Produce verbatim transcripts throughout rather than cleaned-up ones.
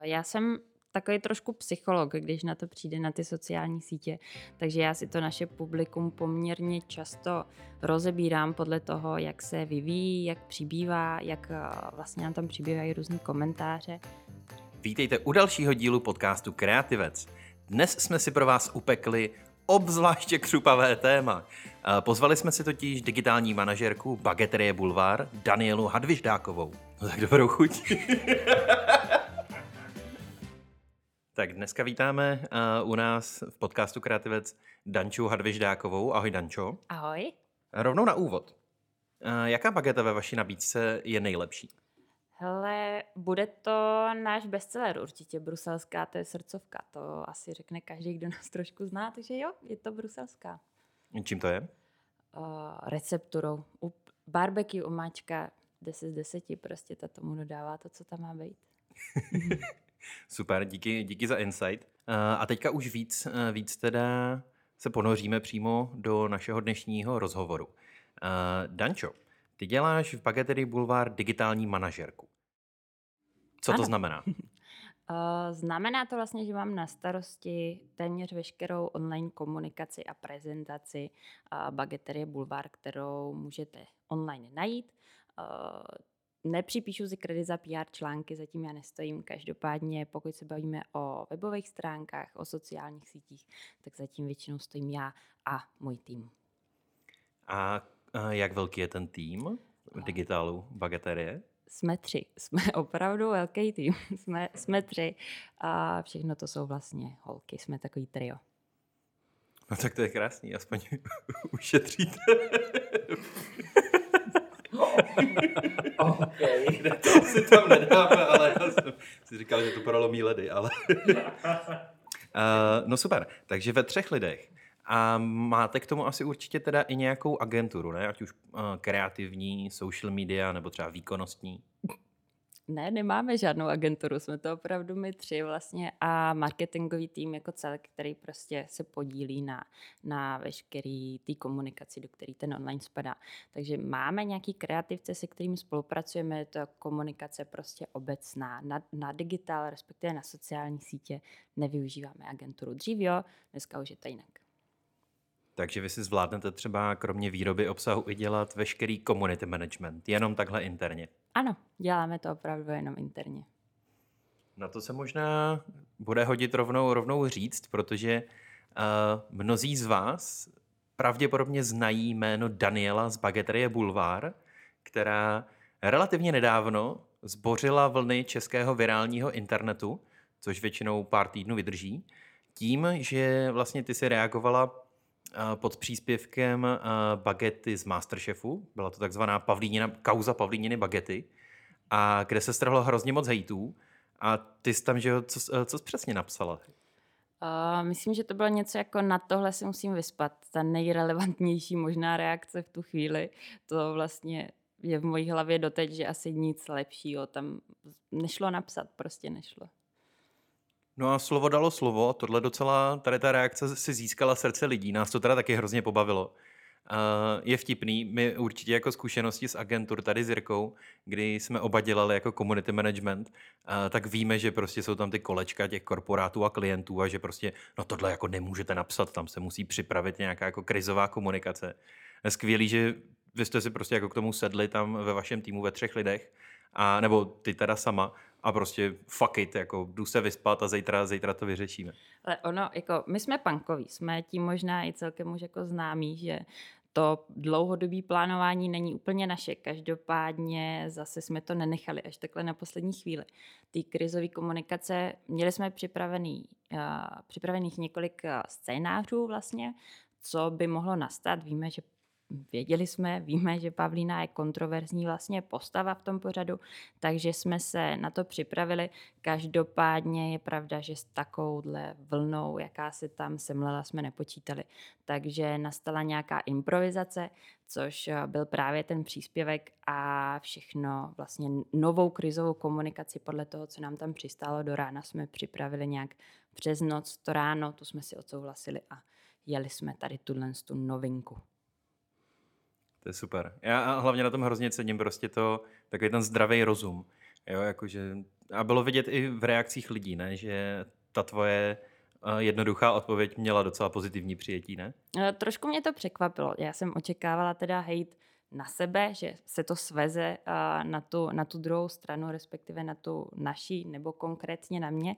Já jsem takový trošku psycholog, když na to přijde na ty sociální sítě, takže já si to naše publikum poměrně často rozebírám podle toho, jak se vyvíjí, jak přibývá, jak eh, vlastně nám tam přibývají různý komentáře. Vítejte u dalšího dílu podcastu Kreativec. Dnes jsme si pro vás upekli obzvláště křupavé téma. Pozvali jsme si totiž digitální manažerku Bageterie Bulvár Danielu Hadviždákovou. No tak dobrou chuť. Tak dneska vítáme uh, u nás v podcastu Kreativec Danču Hadviždákovou. Ahoj Dančo. Ahoj. Rovnou na úvod. Uh, jaká bageta ve vaší nabídce je nejlepší? Hele, bude to náš bestseller určitě, bruselská, to je srdcovka, to asi řekne každý, kdo nás trošku zná, takže jo, je to bruselská. Čím to je? Uh, recepturou. U barbecue omáčka deset z deseti, prostě ta tomu dodává to, co tam má být. Super, díky, díky za insight. Uh, a teďka už víc, uh, víc teda se ponoříme přímo do našeho dnešního rozhovoru. Uh, Dančo, ty děláš v Bageterii Bulvár digitální manažerku. Co Ano. to znamená? Uh, znamená to vlastně, že mám na starosti téměř veškerou online komunikaci a prezentaci uh, Bageterie Bulvár, kterou můžete online najít. Uh, Nepřipíšu si kredit za P R články, zatím já nestojím. Každopádně, pokud se bavíme o webových stránkách, o sociálních sítích, tak zatím většinou stojím já a můj tým. A uh, jak velký je ten tým v digitálu Bageterie? Jsme tři. Jsme opravdu velký tým. Jsme, jsme tři a všechno to jsou vlastně holky. Jsme takový trio. No tak to je krásný, aspoň ušetříte. Okay. To si tam nedáme, ale já jsem si říkal, že to prolomí ledy, ale... uh, no super, takže ve třech lidech. A máte k tomu asi určitě teda i nějakou agenturu, ne? Ať už uh, kreativní, social media, nebo třeba výkonnostní. Ne, nemáme žádnou agenturu, jsme to opravdu my tři vlastně a marketingový tým jako celek, který prostě se podílí na, na veškerý té komunikaci, do který ten online spadá. Takže máme nějaký kreativce, se kterými spolupracujeme, je to komunikace prostě obecná, na, na digitál, respektive na sociální sítě nevyužíváme agenturu. Dřív jo, dneska už je to jinak. Takže vy si zvládnete třeba kromě výroby obsahu i dělat veškerý community management, jenom takhle interně. Ano, děláme to opravdu jenom interně. Na to se možná bude hodit rovnou, rovnou říct, protože uh, mnozí z vás pravděpodobně znají jméno Daniela z Bageterie Bulvár, která relativně nedávno zbořila vlny českého virálního internetu, což většinou pár týdnů vydrží, tím, že vlastně ty si reagovala uh, pod příspěvkem uh, Bagety z Masterchefu, byla to takzvaná Pavlínina, kauza Pavlíniny Bagety, a kde se strhlo hrozně moc hejtů. A ty jsi tam, že jo, co, co jsi přesně napsala? Uh, myslím, že to bylo něco jako na tohle si musím vyspat. Ta nejrelevantnější možná reakce v tu chvíli. To vlastně je v mojí hlavě doteď, že asi nic lepšího tam nešlo napsat, prostě nešlo. No a slovo dalo slovo, tohle docela, tady ta reakce si získala srdce lidí, nás to teda taky hrozně pobavilo. Uh, je vtipný, my určitě jako zkušenosti s agentur tady s Jirkou, kdy jsme oba dělali jako community management, uh, tak víme, že prostě jsou tam ty kolečka těch korporátů a klientů a že prostě, no tohle jako nemůžete napsat, tam se musí připravit nějaká jako krizová komunikace. Je skvělý, že vy jste si prostě jako k tomu sedli tam ve vašem týmu ve třech lidech, a, nebo ty teda sama, a prostě fuck it, jako jdu se vyspat a zítra, zítra to vyřešíme. Ale ono, jako my jsme punkoví, jsme tím možná i celkem už jako známí, že to dlouhodobé plánování není úplně naše. Každopádně zase jsme to nenechali až takhle na poslední chvíli. Ty krizové komunikace, měli jsme připravený, uh, připravených několik uh, scénářů vlastně, co by mohlo nastat. Víme, že Věděli jsme, víme, že Pavlína je kontroverzní vlastně postava v tom pořadu, takže jsme se na to připravili. Každopádně je pravda, že s takovouhle vlnou, jaká se tam semlela, jsme nepočítali. Takže nastala nějaká improvizace, což byl právě ten příspěvek a všechno vlastně novou krizovou komunikaci podle toho, co nám tam přistálo do rána, jsme připravili nějak přes noc, to ráno, tu jsme si odsouhlasili a jeli jsme tady tuhle tu novinku. To je super. Já hlavně na tom hrozně cením prostě to, takový ten zdravý rozum. Jo, jakože a bylo vidět i v reakcích lidí, ne? Že ta tvoje uh, jednoduchá odpověď měla docela pozitivní přijetí, ne? Uh, trošku mě to překvapilo. Já jsem očekávala teda hejt na sebe, že se to sveze uh, na, tu, na tu druhou stranu, respektive na tu naší, nebo konkrétně na mě,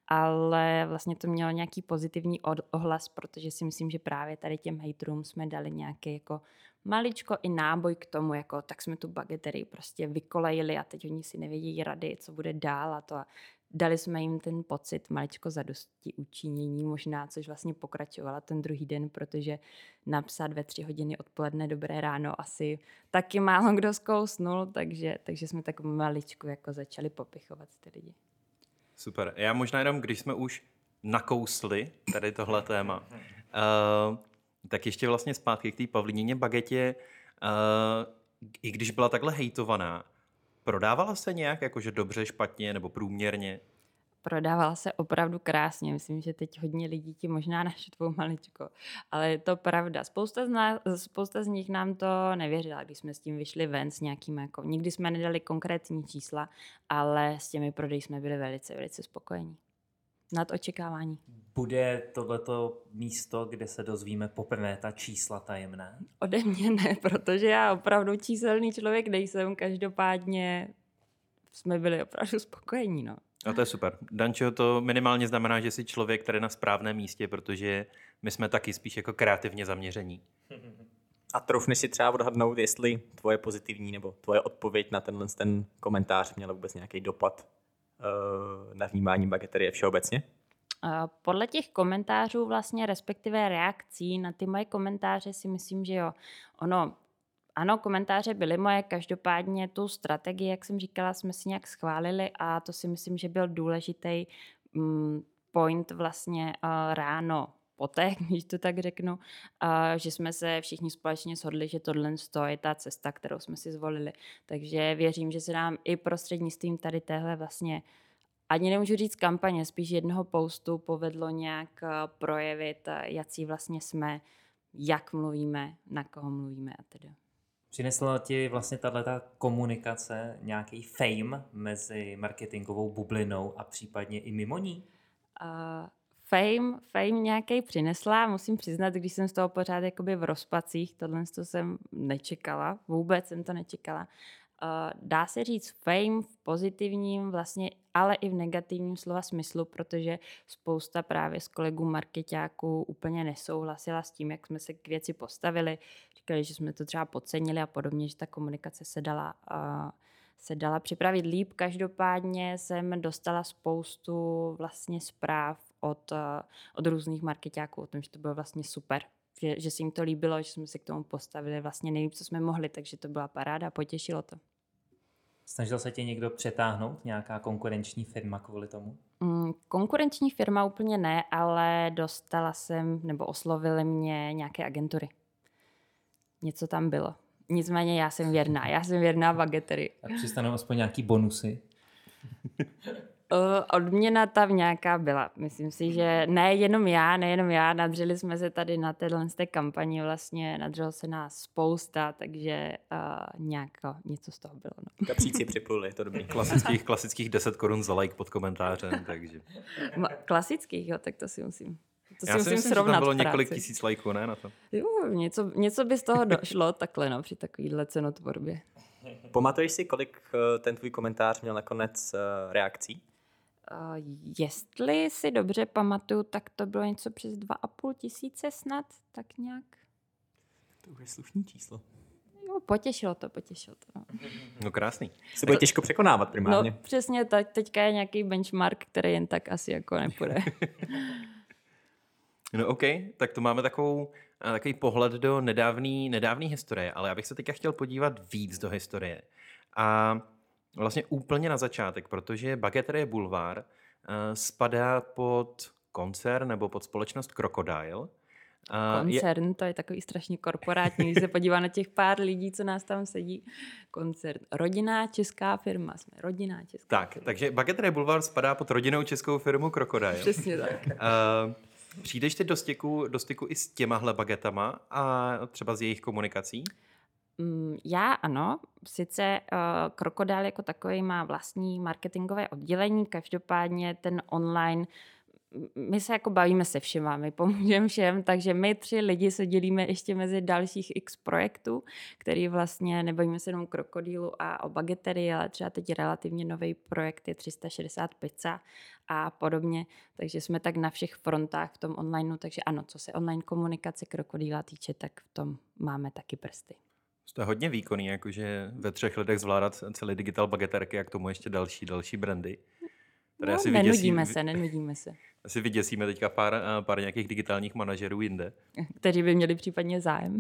ale vlastně to mělo nějaký pozitivní od, ohlas, protože si myslím, že právě tady těm hejterům jsme dali nějaký jako maličko i náboj k tomu, jako tak jsme tu bageterii prostě vykolejili a teď oni si nevědí rady, co bude dál a to. A dali jsme jim ten pocit maličko zadosti učinění možná, což vlastně pokračovala ten druhý den, protože napsat ve tři hodiny odpoledne dobré ráno asi taky málo kdo zkousnul, takže, takže jsme tak maličko jako začali popichovat ty lidi. Super. Já možná jenom, když jsme už nakousli tady tohle téma, uh, tak ještě vlastně zpátky k té Pavlínině bagetě, uh, i když byla takhle hejtovaná, prodávala se nějak jakože dobře, špatně nebo průměrně? Prodávala se opravdu krásně. Myslím, že teď hodně lidí ti možná naštvou maličko. Ale je to pravda. Spousta z, nás, spousta z nich nám to nevěřila, když jsme s tím vyšli ven s nějakým jako... Nikdy jsme nedali konkrétní čísla, ale s těmi prodeji jsme byli velice, velice spokojení. Nad očekávání. Bude tohleto místo, kde se dozvíme poprvé ta čísla tajemné? Ode mě ne, protože já opravdu číselný člověk nejsem. Každopádně jsme byli opravdu spokojení, no. A to je super. Dančo, to minimálně znamená, že jsi člověk, který je na správném místě, protože my jsme taky spíš jako kreativně zaměření. A troufneš si třeba odhadnout, jestli tvoje pozitivní nebo tvoje odpověď na tenhle ten komentář měla vůbec nějaký dopad uh, na vnímání bageterie všeobecně? Podle těch komentářů vlastně, respektive reakcí na ty moje komentáře si myslím, že jo. Ono, ano, komentáře byly moje, každopádně tu strategii, jak jsem říkala, jsme si nějak schválili a to si myslím, že byl důležitý mm, point vlastně uh, ráno poté, když to tak řeknu, uh, že jsme se všichni společně shodli, že tohle je ta cesta, kterou jsme si zvolili. Takže věřím, že se nám i prostřednictvím tady téhle vlastně ani nemůžu říct kampaně, spíš jednoho postu povedlo nějak projevit, jací vlastně jsme, jak mluvíme, na koho mluvíme a tedy. Přinesla ti vlastně tato komunikace nějaký fame mezi marketingovou bublinou a případně i mimo ní? Uh, fame, fame nějaký přinesla, musím přiznat, když jsem z toho pořád jakoby v rozpacích, tohle to jsem nečekala, vůbec jsem to nečekala. Uh, dá se říct fame v pozitivním vlastně, ale i v negativním slova smyslu, protože spousta právě z kolegů markeťáků úplně nesouhlasila s tím, jak jsme se k věci postavili. Říkali, že jsme to třeba podcenili a podobně, že ta komunikace se dala, uh, se dala připravit líp. Každopádně jsem dostala spoustu vlastně zpráv od, uh, od různých markeťáků o tom, že to bylo vlastně super. Že, že se jim to líbilo, že jsme se k tomu postavili vlastně nejlíp, co jsme mohli, takže to byla paráda a potěšilo to. Snažil se tě někdo přetáhnout, nějaká konkurenční firma kvůli tomu? Mm, konkurenční firma úplně ne, ale dostala jsem, nebo oslovily mě nějaké agentury. Něco tam bylo. Nicméně já jsem věrná, já jsem věrná bageterii. A přistanou aspoň nějaký bonusy? Odměna tam nějaká byla. Myslím si, že ne jenom já, nejenom já, nadřeli jsme se tady na téhle z té kampani, vlastně nadřelo se nás spousta, takže uh, nějako, něco z toho bylo. No. Kapříci připluli, je to dobrý. Klasických, klasických deset korun za like pod komentářem, takže. Klasických, jo, tak to si musím. To si Já musím si myslím, srovnat že tam bylo v práci. několik tisíc lajků, ne, na to? Jo, něco, něco by z toho došlo takhle, no, při takovýhle cenotvorbě. Pamatuješ si, kolik uh, ten tvůj komentář měl nakonec uh, reakcí? Uh, jestli si dobře pamatuju, tak to bylo něco přes dva a půl tisíce snad, tak nějak. To už je slušný číslo. Jo, potěšilo to, potěšilo to. No, No krásný. Se bude těžko překonávat primárně. no přesně tak, teďka je nějaký benchmark, který jen tak asi jako nepůjde. No OK, tak to máme takovou, takový pohled do nedávné nedávný historie, ale já bych se teďka chtěl podívat víc do historie. A vlastně úplně na začátek, protože Bageterie Bulvár uh, spadá pod koncern nebo pod společnost Crocodile. Uh, Koncern, je... to je takový strašně korporátní, když se podívá na těch pár lidí, co nás tam sedí. Koncern. Rodinná česká firma. Jsme rodinná česká tak, firma. takže Bageterie Bulvár spadá pod rodinnou českou firmu Crocodile. Přesně tak. Uh, přijdeš ty do styku, do styku i s těmahle bagetama a třeba s jejich komunikací? Mm, Já ano, sice uh, Krokodil jako takový má vlastní marketingové oddělení, každopádně ten online, m- my se jako bavíme se všema, my pomůžeme všem, takže my tři lidi se dělíme ještě mezi dalších x projektů, který vlastně nebavíme se jenom o Krokodýlu a o Bageterii, ale třeba teď relativně nový projekt je tři sta šedesát pizza a podobně, takže jsme tak na všech frontách v tom onlineu, takže ano, co se online komunikace Krokodýla týče, tak v tom máme taky prsty. To je hodně výkonný, jakože ve třech lidech zvládat celý digital bageterky a k tomu ještě další, další brandy. Tady No, asi nenudíme vyděsí, se, nenudíme se. asi vyděsíme teďka pár, eh, pár nějakých digitálních manažerů jinde. Kteří by měli případně zájem.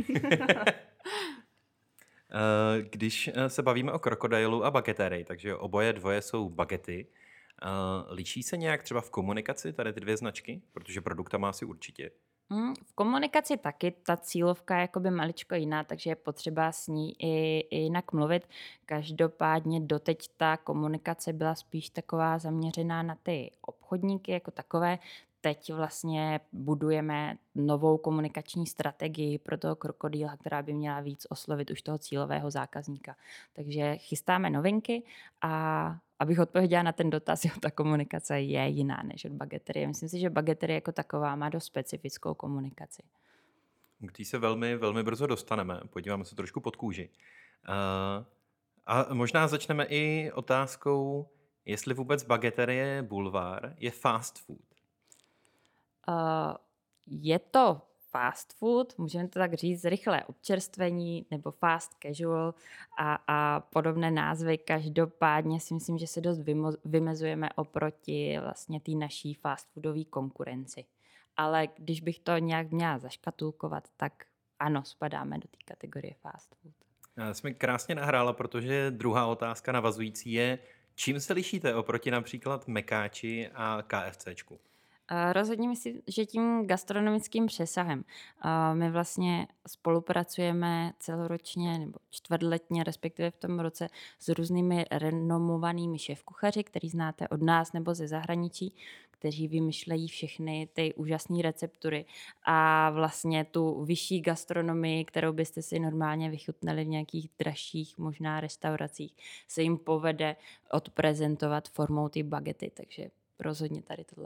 Eh, Když eh, se bavíme o Krokodilu a Bageterii, takže oboje dvoje jsou bagety, eh, liší se nějak třeba v komunikaci tady ty dvě značky? Protože produkta má asi určitě. Hmm, v komunikaci taky ta cílovka je jakoby maličko jiná, takže je potřeba s ní i, i jinak mluvit. Každopádně doteď ta komunikace byla spíš taková zaměřená na ty obchodníky jako takové. Teď vlastně budujeme novou komunikační strategii pro toho Krokodýla, která by měla víc oslovit už toho cílového zákazníka. Takže chystáme novinky a abych odpověděla na ten dotaz, jo, ta komunikace je jiná než od Bageterie. Myslím si, že Bageterie jako taková má dost specifickou komunikaci. K té se velmi, velmi brzo dostaneme. Podíváme se trošku pod kůži. Uh, a možná začneme i otázkou, jestli vůbec Bageterie Bulvár je fast food. Uh, je to fast food, můžeme to tak říct, rychlé občerstvení nebo fast casual a, a podobné názvy. Každopádně si myslím, že se dost vymo- vymezujeme oproti vlastně té naší fast foodové konkurenci. Ale když bych to nějak měla zaškatulkovat, tak ano, spadáme do té kategorie fast food. Já jsi mi krásně nahrála, protože druhá otázka navazující je, čím se lišíte oproti například Mekáči a KFCčku? Uh, Rozhodně myslím, že tím gastronomickým přesahem. Uh, My vlastně spolupracujeme celoročně nebo čtvrtletně, respektive v tom roce s různými renomovanými šéfkuchaři, který znáte od nás nebo ze zahraničí, kteří vymyšlejí všechny ty úžasné receptury a vlastně tu vyšší gastronomii, kterou byste si normálně vychutnali v nějakých dražších možná restauracích, se jim povede odprezentovat formou ty bagety, takže rozhodně tady tohle.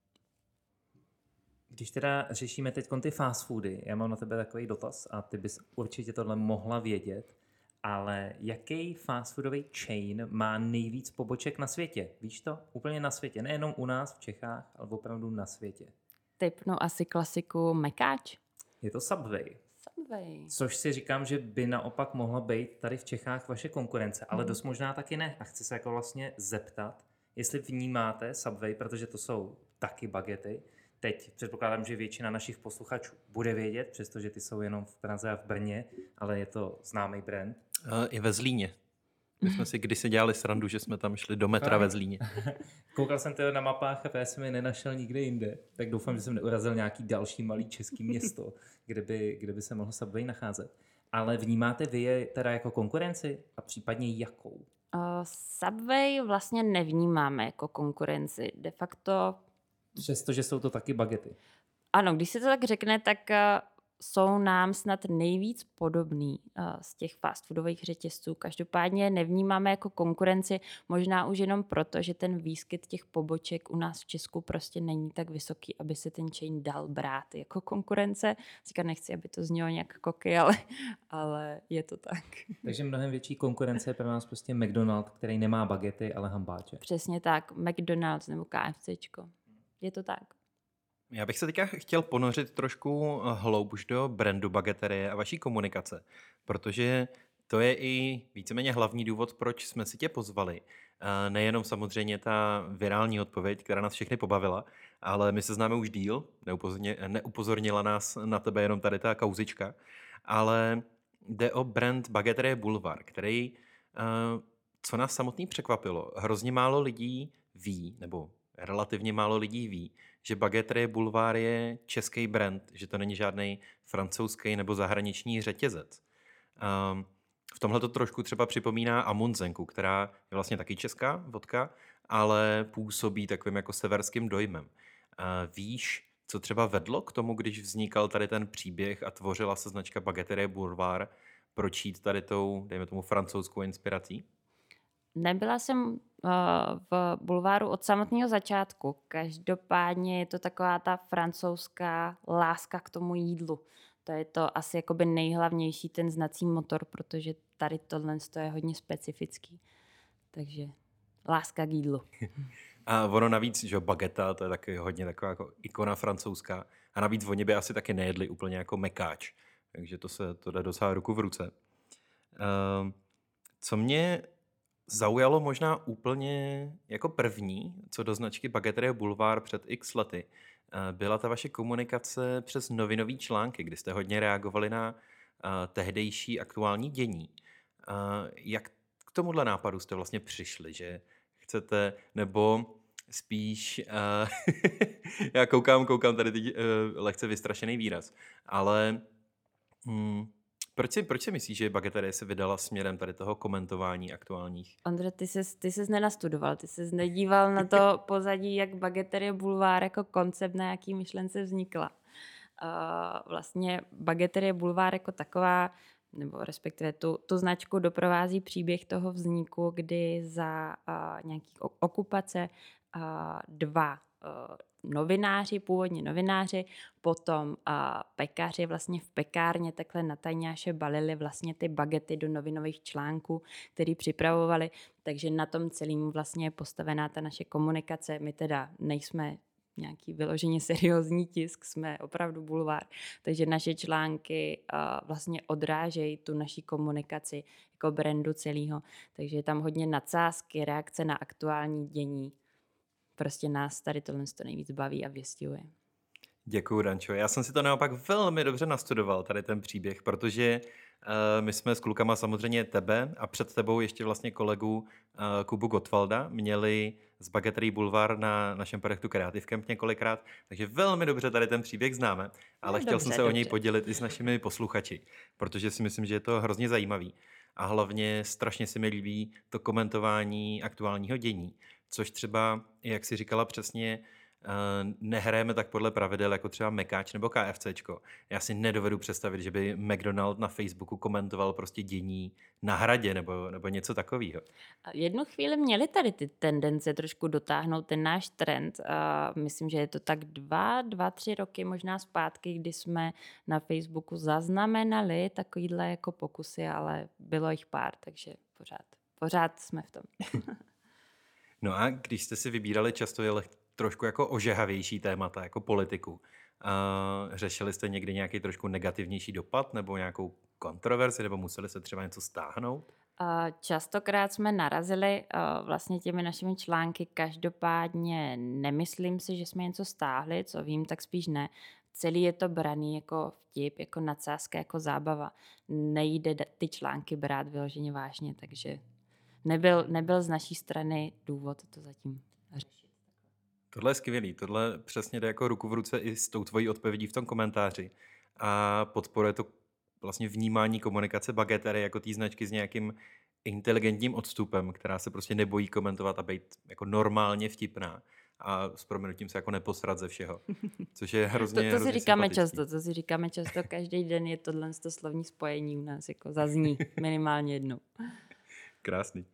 Když teda řešíme teď ty fast foody, já mám na tebe takový dotaz a ty bys určitě tohle mohla vědět, ale jaký fast foodový chain má nejvíc poboček na světě? Víš to? Úplně na světě, nejenom u nás v Čechách, ale opravdu na světě. Typnu asi klasiku Mekáč. Je to Subway. Subway. Což si říkám, že by naopak mohla být tady v Čechách vaše konkurence, ale dost možná taky ne. A chci se jako vlastně zeptat, jestli vnímáte Subway, protože to jsou taky bagety. Teď předpokládám, že většina našich posluchačů bude vědět, přestože ty jsou jenom v Praze a v Brně, ale je to známý brand. Uh, I ve Zlíně. My jsme si kdysi dělali srandu, že jsme tam šli do metra ve Zlíně. Koukal jsem to na mapách a já jsem je nenašel nikde jinde. Tak doufám, že jsem neurazil nějaký další malý český město, kde by, kde by se mohl Subway nacházet. Ale vnímáte vy je teda jako konkurenci a případně jakou? Uh, Subway vlastně nevnímáme jako konkurenci. De facto, Přestože jsou to taky bagety. ano, když se to tak řekne, tak uh, jsou nám snad nejvíc podobný uh, z těch fast foodových řetězců. Každopádně nevnímáme jako konkurenci, možná už jenom proto, že ten výskyt těch poboček u nás v Česku prostě není tak vysoký, aby se ten chain dal brát jako konkurence. Říká, nechci, aby to znělo nějak koky, ale, ale je to tak. Takže mnohem větší konkurence je pro nás prostě McDonald's, který nemá bagety, ale hambáče. Přesně tak, McDonald's nebo KFCčko. Je to tak. Já bych se teďka chtěl ponořit trošku hloubš do brandu Bageterie a vaší komunikace, protože to je i víceméně hlavní důvod, proč jsme si tě pozvali. Nejenom samozřejmě ta virální odpověď, která nás všechny pobavila, ale my se známe už díl, neupozornila nás na tebe jenom tady ta kauzička, ale jde o brand Bageterie Bulvár, který, co nás samotný překvapilo, hrozně málo lidí ví, nebo relativně málo lidí ví, že Bageterie Bulvár je český brand, že to není žádný francouzský nebo zahraniční řetězec. Um, v tomhle to trošku třeba připomíná Amundsenku, která je vlastně taky česká vodka, ale působí takovým jako severským dojmem. Uh, víš, co třeba vedlo k tomu, když vznikal tady ten příběh a tvořila se značka Bageterie Bulvár, pročít tady tou, dejme tomu, francouzskou inspirací? Nebyla jsem uh, v bulváru od samotného začátku. Každopádně je to taková ta francouzská láska k tomu jídlu. To je to asi jakoby nejhlavnější, ten znací motor, protože tady tohle je hodně specifický. Takže láska k jídlu. A ono navíc, že bageta, to je taky hodně taková jako ikona francouzská. A navíc oni by asi taky nejedli úplně jako mekáč. Takže to se to jde docela ruku v ruce. Uh, co mě zaujalo možná úplně jako první, co do značky Bageterie Bulvár před x lety, byla ta vaše komunikace přes novinové články, kdy jste hodně reagovali na uh, tehdejší aktuální dění. Uh, jak k tomuhle nápadu jste vlastně přišli, že chcete, nebo spíš, uh, já koukám, koukám tady teď uh, lehce vystrašený výraz, ale hmm, proč si, proč si myslíš, že Bageterie se vydala směrem tady toho komentování aktuálních? Ondro, ty ses, ty ses nenastudoval, ty ses nedíval na to pozadí, jak Bageterie Bulvár jako koncept, na jaký myšlence vznikla. Uh, vlastně Bageterie Bulvár jako taková, nebo respektive tu, tu značku doprovází příběh toho vzniku, kdy za uh, nějaký okupace uh, dva uh, novináři, původně novináři, potom uh, pekaři vlastně v pekárně takhle na tajňáše balili vlastně ty bagety do novinových článků, který připravovali, takže na tom celým vlastně je postavená ta naše komunikace. My teda nejsme nějaký vyloženě seriózní tisk, jsme opravdu bulvár, takže naše články uh, vlastně odrážejí tu naší komunikaci jako brandu celého, takže je tam hodně nadsázky, reakce na aktuální dění. Prostě nás tady tohle to nejvíc baví a vystihuje. Děkuju, Dančo. Já jsem si to naopak velmi dobře nastudoval, tady ten příběh, protože uh, my jsme s klukama samozřejmě tebe a před tebou ještě vlastně kolegu uh, Kubu Gottwalda měli z Bageterie Bulvár na našem projektu Creative Camp několikrát, takže velmi dobře tady ten příběh známe, ale No, chtěl dobře, jsem se dobře. o něj podělit i s našimi posluchači, protože si myslím, že je to hrozně zajímavý. A hlavně strašně se mi líbí to komentování aktuálního dění, což třeba, jak si říkala přesně, nehrajeme tak podle pravidel jako třeba Mekáč nebo KFCčko. Já si nedovedu představit, že by McDonald na Facebooku komentoval prostě dění na hradě nebo, nebo něco takového. Jednu chvíli měli tady ty tendence trošku dotáhnout ten náš trend. A myslím, že je to tak dva, dva, tři roky možná zpátky, kdy jsme na Facebooku zaznamenali takovýhle jako pokusy, ale bylo jich pár, takže pořád, pořád jsme v tom. No a když jste si vybírali často je trošku jako ožehavější témata, jako politiku, uh, řešili jste někdy nějaký trošku negativnější dopad nebo nějakou kontroverzi, nebo museli se třeba něco stáhnout? Častokrát jsme narazili uh, vlastně těmi našimi články, každopádně nemyslím si, že jsme něco stáhli, co vím, tak spíš ne. Celý je to braný jako vtip, jako nadsázka, jako zábava. Nejde ty články brát vyloženě vážně, takže nebyl, nebyl z naší strany důvod to zatím řešit. Tohle je skvělý, tohle přesně jde jako ruku v ruce i s tou tvojí odpovědí v tom komentáři a podporuje to vlastně vnímání komunikace Bageterie jako té značky s nějakým inteligentním odstupem, která se prostě nebojí komentovat a být jako normálně vtipná a s prominutím se jako neposrat ze všeho, což je hrozně To, to si hrozně říkáme sympatický. často, to si říkáme často, každý den je tohle to slovní spojení u nás, jako zazní minimálně jednou. Krásný.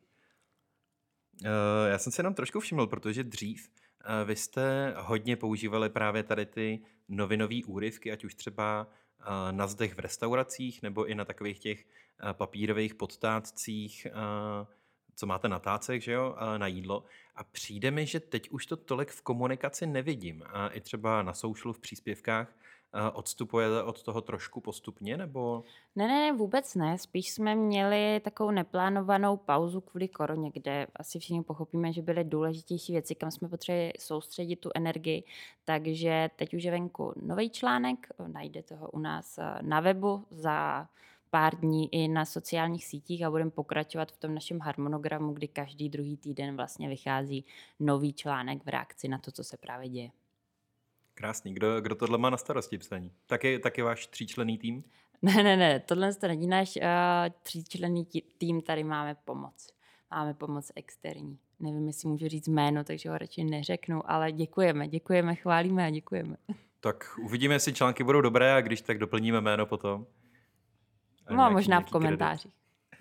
Uh, já jsem si jenom trošku všiml, protože dřív uh, vy jste hodně používali právě tady ty novinové úryvky, ať už třeba uh, na zdech v restauracích, nebo i na takových těch uh, papírových podtátcích, uh, co máte na tácech, že jo, uh, na jídlo. A přijde mi, že teď už to tolik v komunikaci nevidím. A i třeba na socialu v příspěvkách odstupuje od toho trošku postupně, nebo? Ne, ne, ne, vůbec ne. Spíš jsme měli takovou neplánovanou pauzu kvůli koroně, kde asi všichni pochopíme, že byly důležitější věci, kam jsme potřebovali soustředit tu energii. Takže teď už je venku nový článek, najdete ho u nás na webu za pár dní i na sociálních sítích a budeme pokračovat v tom našem harmonogramu, kdy každý druhý týden vlastně vychází nový článek v reakci na to, co se právě děje. Krásný. Kdo, kdo tohle má na starosti psaní? Taky, taky váš tříčlenný tým? Ne, ne, ne, tohle to není náš uh, tříčlenný tým, tady máme pomoc. Máme pomoc externí. Nevím, jestli můžu říct jméno, takže ho radši neřeknu, ale děkujeme, děkujeme, chválíme a děkujeme. Tak uvidíme, jestli články budou dobré a když tak doplníme jméno potom. A No, nějaký- možná v nějaký komentářích.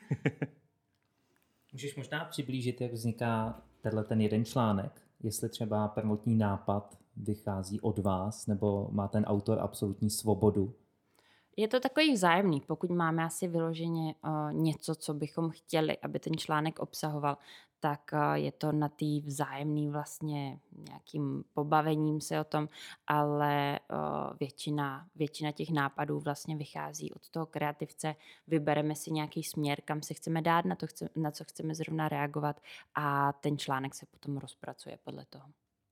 Můžeš možná přiblížit, jak vzniká tenhle ten jeden článek, jestli třeba prvotní nápad vychází od vás, nebo má ten autor absolutní svobodu? Je to takový vzájemný, pokud máme asi vyloženě uh, něco, co bychom chtěli, aby ten článek obsahoval, tak uh, je to na té vzájemný vlastně nějakým pobavením se o tom, ale uh, většina, většina těch nápadů vlastně vychází od toho kreativce, vybereme si nějaký směr, kam se chceme dát, na, to chce, na co chceme zrovna reagovat a ten článek se potom rozpracuje podle toho.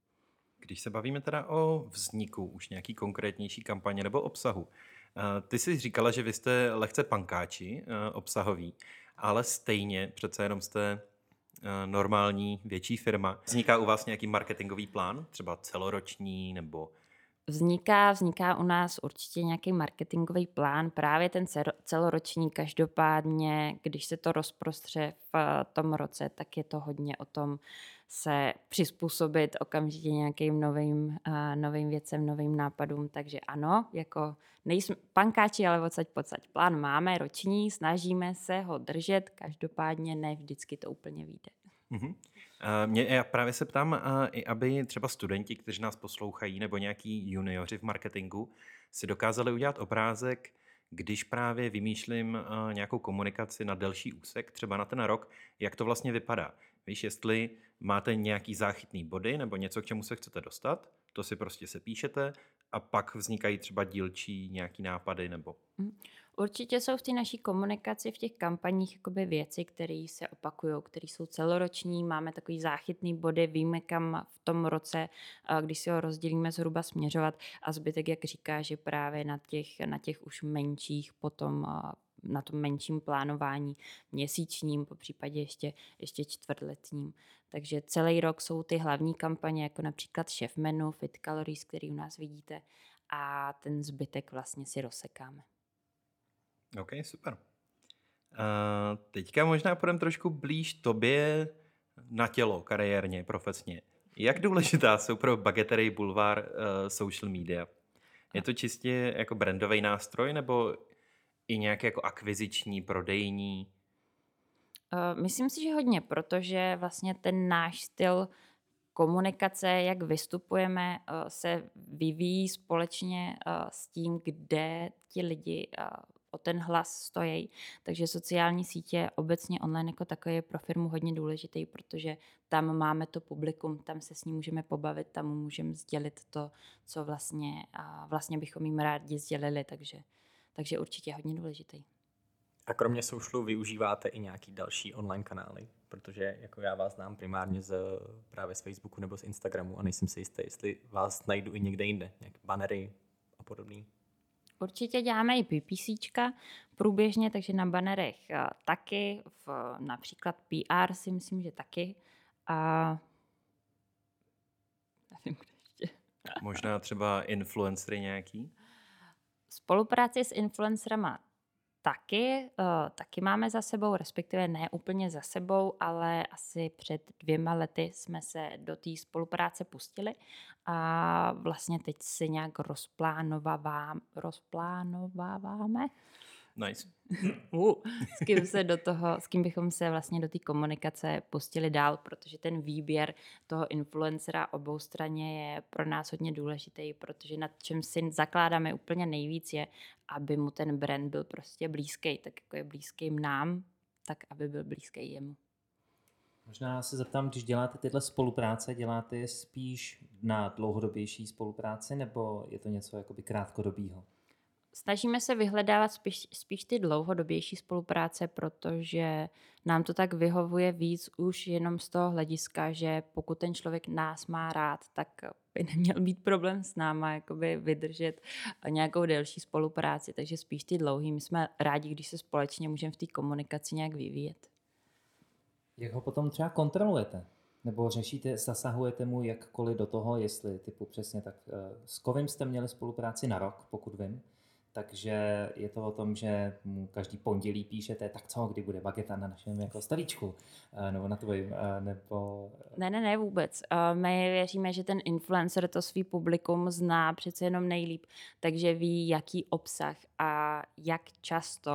Když se bavíme teda o vzniku už nějaký konkrétnější kampaně nebo obsahu, eh, ty jsi říkala, že vy jste lehce pankáči eh, obsahoví, ale stejně přece jenom jste eh, normální větší firma. Vzniká u vás nějaký marketingový plán, třeba celoroční nebo... Vzniká, vzniká u nás určitě nějaký marketingový plán, právě ten cero- celoroční, každopádně, když se to rozprostře v eh, tom roce, tak je to hodně o tom se přizpůsobit okamžitě nějakým novým, uh, novým věcem, novým nápadům, takže ano, jako nejsme pankáči, ale odsaď pocať. Plán máme roční, snažíme se ho držet, každopádně ne vždycky to úplně vyjde. Mhm. Eh, Mě, já právě se ptám, eh, i aby třeba studenti, kteří nás poslouchají, nebo nějaký junioři v marketingu, si dokázali udělat obrázek, když právě vymýšlím eh, nějakou komunikaci na delší úsek, třeba na ten rok, jak to vlastně vypadá. Víš, jestli máte nějaký záchytný body nebo něco, k čemu se chcete dostat, to si prostě sepíšete a pak vznikají třeba dílčí nějaký nápady nebo... Určitě jsou v té naší komunikaci, v těch kampaních jakoby věci, které se opakují, které jsou celoroční, máme takový záchytný body, víme, kam v tom roce, a když si ho rozdělíme, zhruba směřovat a zbytek, jak říká, že právě na těch, na těch už menších potom a na tom menším plánování měsíčním, po případě ještě, ještě čtvrtletním. Takže celý rok jsou ty hlavní kampaně, jako například Chef Menu, Fit Calories, který u nás vidíte, a ten zbytek vlastně si rozsekáme. OK, super. Uh, teďka možná půjdeme trošku blíž tobě na tělo, kariérně, profesně. Jak důležitá jsou pro Bageterii Bulvár uh, social media? Je to čistě jako brandový nástroj nebo i nějaké jako akviziční, prodejní? Uh, myslím si, že hodně, protože vlastně ten náš styl komunikace, jak vystupujeme, uh, se vyvíjí společně uh, s tím, kde ti lidi uh, o ten hlas stojí. Takže sociální sítě, obecně online jako takové, je pro firmu hodně důležitý, protože tam máme to publikum, tam se s ním můžeme pobavit, tam mu můžeme sdělit to, co vlastně, uh, vlastně bychom jim rádi sdělili, takže, takže určitě hodně důležitý. A kromě socialu využíváte i nějaký další online kanály? Protože jako já vás znám primárně z, právě z Facebooku nebo z Instagramu a nejsem si jistý, jestli vás najdu i někde jinde, nějaké bannery a podobný. Určitě děláme i PPCčka průběžně, takže na banerech uh, taky, v, například P R si myslím, že taky. A nevím, kde ještě. Možná třeba influencery nějaký? Spolupráci s influencerama taky, uh, taky máme za sebou, respektive ne úplně za sebou, ale asi před dvěma lety jsme se do té spolupráce pustili a vlastně teď si nějak rozplánováváme, rozplánováváme Nice. uh, s kým se do toho, s kým bychom se vlastně do té komunikace pustili dál, protože ten výběr toho influencera oboustranně je pro nás hodně důležitý, protože nad čem si zakládáme úplně nejvíc je, aby mu ten brand byl prostě blízký, tak jako je blízký nám, tak aby byl blízký jemu. Možná se zeptám, když děláte tyhle spolupráce, děláte je spíš na dlouhodobější spolupráci, nebo je to něco jakoby krátkodobýho? Snažíme se vyhledávat spíš, spíš ty dlouhodobější spolupráce, protože nám to tak vyhovuje víc už jenom z toho hlediska, že pokud ten člověk nás má rád, tak by neměl být problém s náma jakoby vydržet nějakou delší spolupráci. Takže spíš ty dlouhý. My jsme rádi, když se společně můžeme v té komunikaci nějak vyvíjet. Jak ho potom třeba kontrolujete? Nebo řešíte, zasahujete mu jakkoliv do toho, jestli typu přesně tak s Kovem jste měli spolupráci na rok, pokud vím, takže je to o tom, že mu každý pondělí píšete, tak co, kdy bude bageta na našem jako stolíčku, nebo na tvojím, nebo... Ne, ne, ne, vůbec. My věříme, že ten influencer to svý publikum zná přece jenom nejlíp, takže ví, jaký obsah a jak často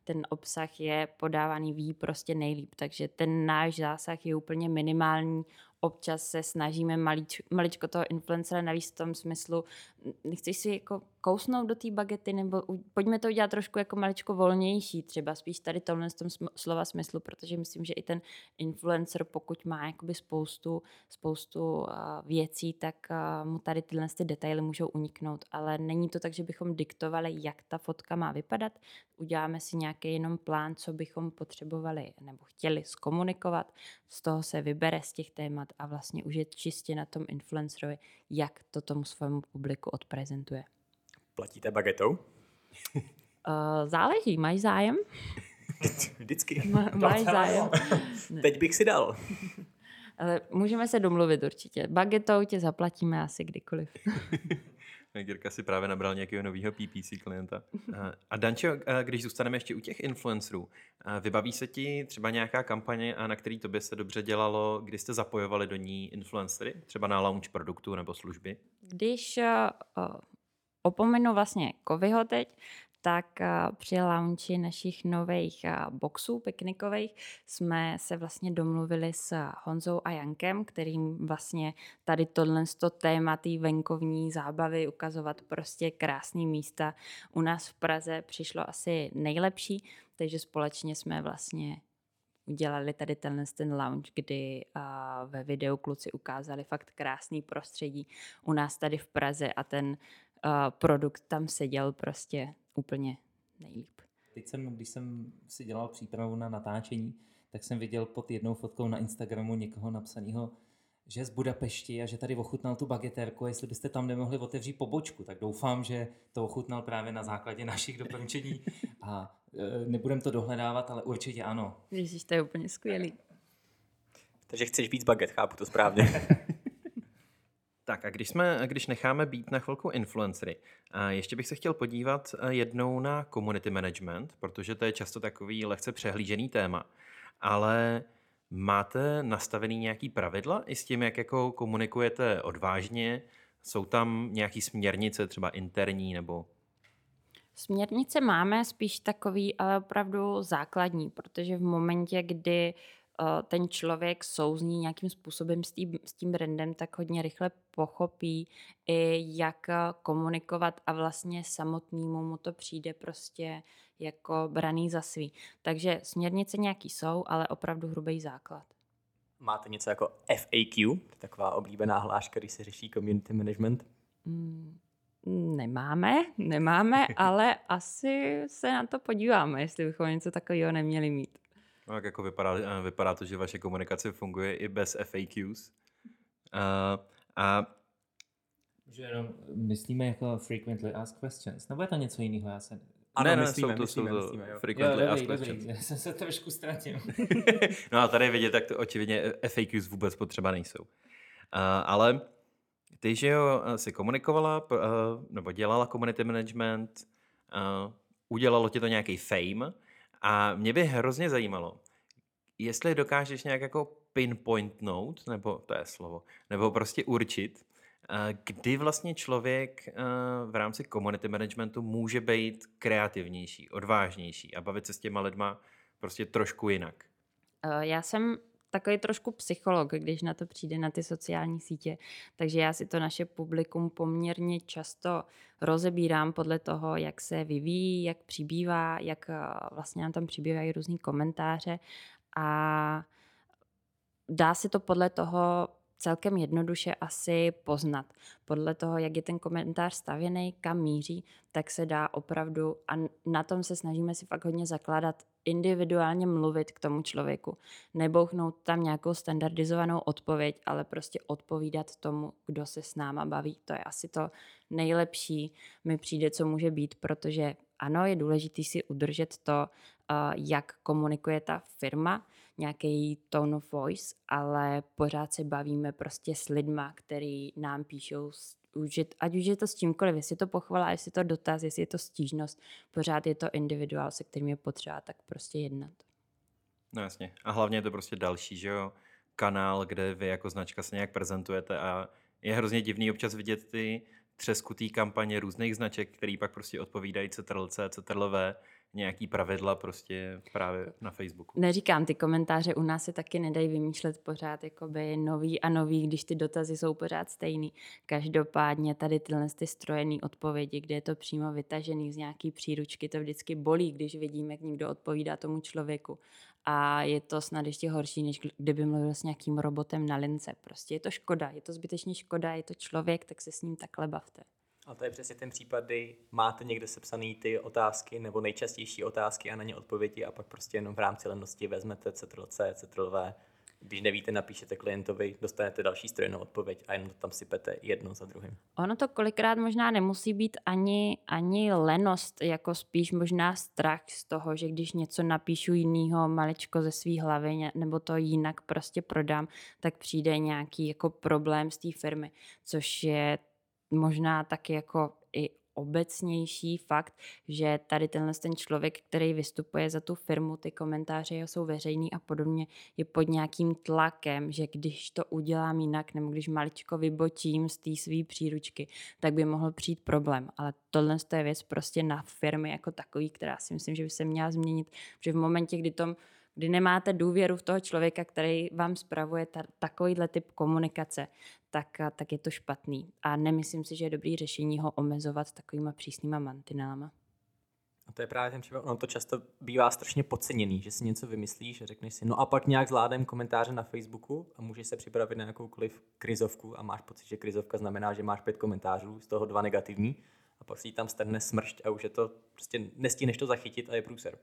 ten obsah je podávaný, ví prostě nejlíp. Takže ten náš zásah je úplně minimální. Občas se snažíme malič, maličko toho influencera navíc v tom smyslu, nechceš si jako kousnout do té bagety, nebo u, pojďme to udělat trošku jako maličko volnější, třeba spíš tady tomhle z tom sm- slova smyslu, protože myslím, že i ten influencer, pokud má jakoby spoustu, spoustu uh, věcí, tak uh, mu tady tyhle ty detaily můžou uniknout, ale není to tak, že bychom diktovali, jak ta fotka má vypadat, uděláme si nějaký jenom plán, co bychom potřebovali nebo chtěli zkomunikovat, z toho se vybere z těch témat a vlastně už je čistě na tom influencerovi, jak to tomu svému publiku odprezentuje. Platíte bagetou? Uh, záleží, máš zájem? Vždycky. Má, máš zájem? Teď bych si dal. Ale můžeme se domluvit určitě. Bagetou tě zaplatíme asi kdykoliv. Jirka si právě nabral nějakého nového P P C klienta. A Dančo, když zůstaneme ještě u těch influencerů, vybaví se ti třeba nějaká kampaně, na který tobě se dobře dělalo, kdy jste zapojovali do ní influencery, třeba na launch produktu nebo služby? Když uh, opomenu vlastně Kovyho teď, tak uh, při launchi našich nových uh, boxů piknikových jsme se vlastně domluvili s Honzou a Jankem, kterým vlastně tady tohle téma té venkovní zábavy, ukazovat prostě krásné místa u nás v Praze přišlo asi nejlepší, takže společně jsme vlastně udělali tady tenhle ten launch, kdy uh, ve videu kluci ukázali fakt krásný prostředí u nás tady v Praze a ten uh, produkt tam seděl prostě úplně nejlíp. Teď jsem, když jsem si dělal přípravu na natáčení, tak jsem viděl pod jednou fotkou na Instagramu někoho napsaného, že je z Budapešti a že tady ochutnal tu bagetérku, jestli byste tam nemohli otevřít pobočku. Tak doufám, že to ochutnal právě na základě našich doporučení a e, nebudem to dohledávat, ale určitě ano. Ježiš, to je úplně skvělý. Takže chceš víc baget, chápu to správně. Tak a když, jsme, když necháme být na chvilku influencery, ještě bych se chtěl podívat jednou na community management, protože to je často takový lehce přehlížený téma, ale máte nastavený nějaký pravidla i s tím, jak jako komunikujete odvážně? Jsou tam nějaký směrnice, třeba interní nebo... Směrnice máme spíš takový, ale opravdu základní, protože v momentě, kdy ten člověk souzní nějakým způsobem s tím, s tím brandem, tak hodně rychle pochopí i jak komunikovat a vlastně samotnému mu to přijde prostě jako braný za svý. Takže směrnice nějaký jsou, ale opravdu hrubý základ. Máte něco jako F A Q, taková oblíbená hláška, když se řeší community management? Mm, nemáme, nemáme, ale asi se na to podíváme, jestli bychom něco takového neměli mít. No, tak jako vypadá, vypadá to, že vaše komunikace funguje i bez F A Qs. Uh, a Že jenom myslíme jako frequently asked questions, nebo je to něco jiného? Já se... Ano, ne, ne, myslíme, jsou to, myslíme, jsou to myslíme, jo. frequently jo, asked dobrý, questions. dobrý. Já jsem se trošku ztratil. No a tady vidět, tak to očividně F A Qs vůbec potřeba nejsou. Uh, ale ty, že jo, si komunikovala, uh, nebo dělala community management, uh, udělalo ti to nějaký fame a mě by hrozně zajímalo, jestli dokážeš nějak jako pinpointnout, nebo to je slovo, nebo prostě určit, kdy vlastně člověk v rámci community managementu může být kreativnější, odvážnější a bavit se s těma lidma prostě trošku jinak. Já jsem takový trošku psycholog, když na to přijde na ty sociální sítě, takže já si to naše publikum poměrně často rozebírám podle toho, jak se vyvíjí, jak přibývá, jak vlastně nám tam přibývají různý komentáře a dá se to podle toho celkem jednoduše asi poznat. Podle toho, jak je ten komentář stavěný, kam míří, tak se dá opravdu, a na tom se snažíme si fakt hodně zakládat, individuálně mluvit k tomu člověku. Nebouchnout tam nějakou standardizovanou odpověď, ale prostě odpovídat tomu, kdo se s náma baví. To je asi to nejlepší, mi přijde, co může být, protože ano, je důležité si udržet to, jak komunikuje ta firma, nějaký tone of voice, ale pořád se bavíme prostě s lidma, který nám píšou, ať už je to s čímkoliv, jestli je to pochvala, jestli je to dotaz, jestli je to stížnost, pořád je to individuál, se kterým je potřeba tak prostě jednat. No jasně. A hlavně je to prostě další, že jo, kanál, kde vy jako značka se nějak prezentujete a je hrozně divný občas vidět ty třeskutý kampaně různých značek, který pak prostě odpovídají C T R L C, C T R L V, nějaký pravidla prostě právě na Facebooku. Neříkám, ty komentáře u nás se taky nedají vymýšlet pořád jakoby nový a nový, když ty dotazy jsou pořád stejný. Každopádně tady tyhle ty strojené odpovědi, kde je to přímo vytažený z nějaký příručky, to vždycky bolí, když vidíme, jak někdo odpovídá tomu člověku. A je to snad ještě horší, než kdyby mluvil s nějakým robotem na lince. Prostě je to škoda, je to zbytečně škoda, je to člověk, tak se s ním takhle bavte. A to je přesně ten případ, kdy máte někde sepsaný ty otázky nebo nejčastější otázky a na ně odpovědi a pak prostě jenom v rámci lenosti vezmete ctrl C, ctrl V. Když nevíte, napíšete klientovi, dostanete další strojnou odpověď a jenom to tam sypete jedno za druhým. Ono to kolikrát možná nemusí být ani, ani lenost, jako spíš možná strach z toho, že když něco napíšu jinýho maličko ze svý hlavy nebo to jinak prostě prodám, tak přijde nějaký jako problém z té firmy, což je možná taky jako i obecnější fakt, že tady tenhle ten člověk, který vystupuje za tu firmu, ty komentáře jsou veřejný a podobně, je pod nějakým tlakem, že když to udělám jinak nebo když maličko vybočím z té své příručky, tak by mohl přijít problém. Ale tohle je věc prostě na firmy jako takový, která si myslím, že by se měla změnit, protože v momentě, kdy tom kdy nemáte důvěru v toho člověka, který vám spravuje ta, takovýhle typ komunikace, tak, tak je to špatný. A nemyslím si, že je dobrý řešení ho omezovat takovýma přísnýma mantinelama. A to je právě ten případ, ono to často bývá strašně podceněný, že si něco vymyslíš a řekneš si, no a pak nějak zvládnem komentáře na Facebooku a můžeš se připravit na jakoukoliv krizovku a máš pocit, že krizovka znamená, že máš pět komentářů, z toho dva negativní a pak si jí tam strhne smršť a už je to, prostě nestíneš to zachytit a je průser.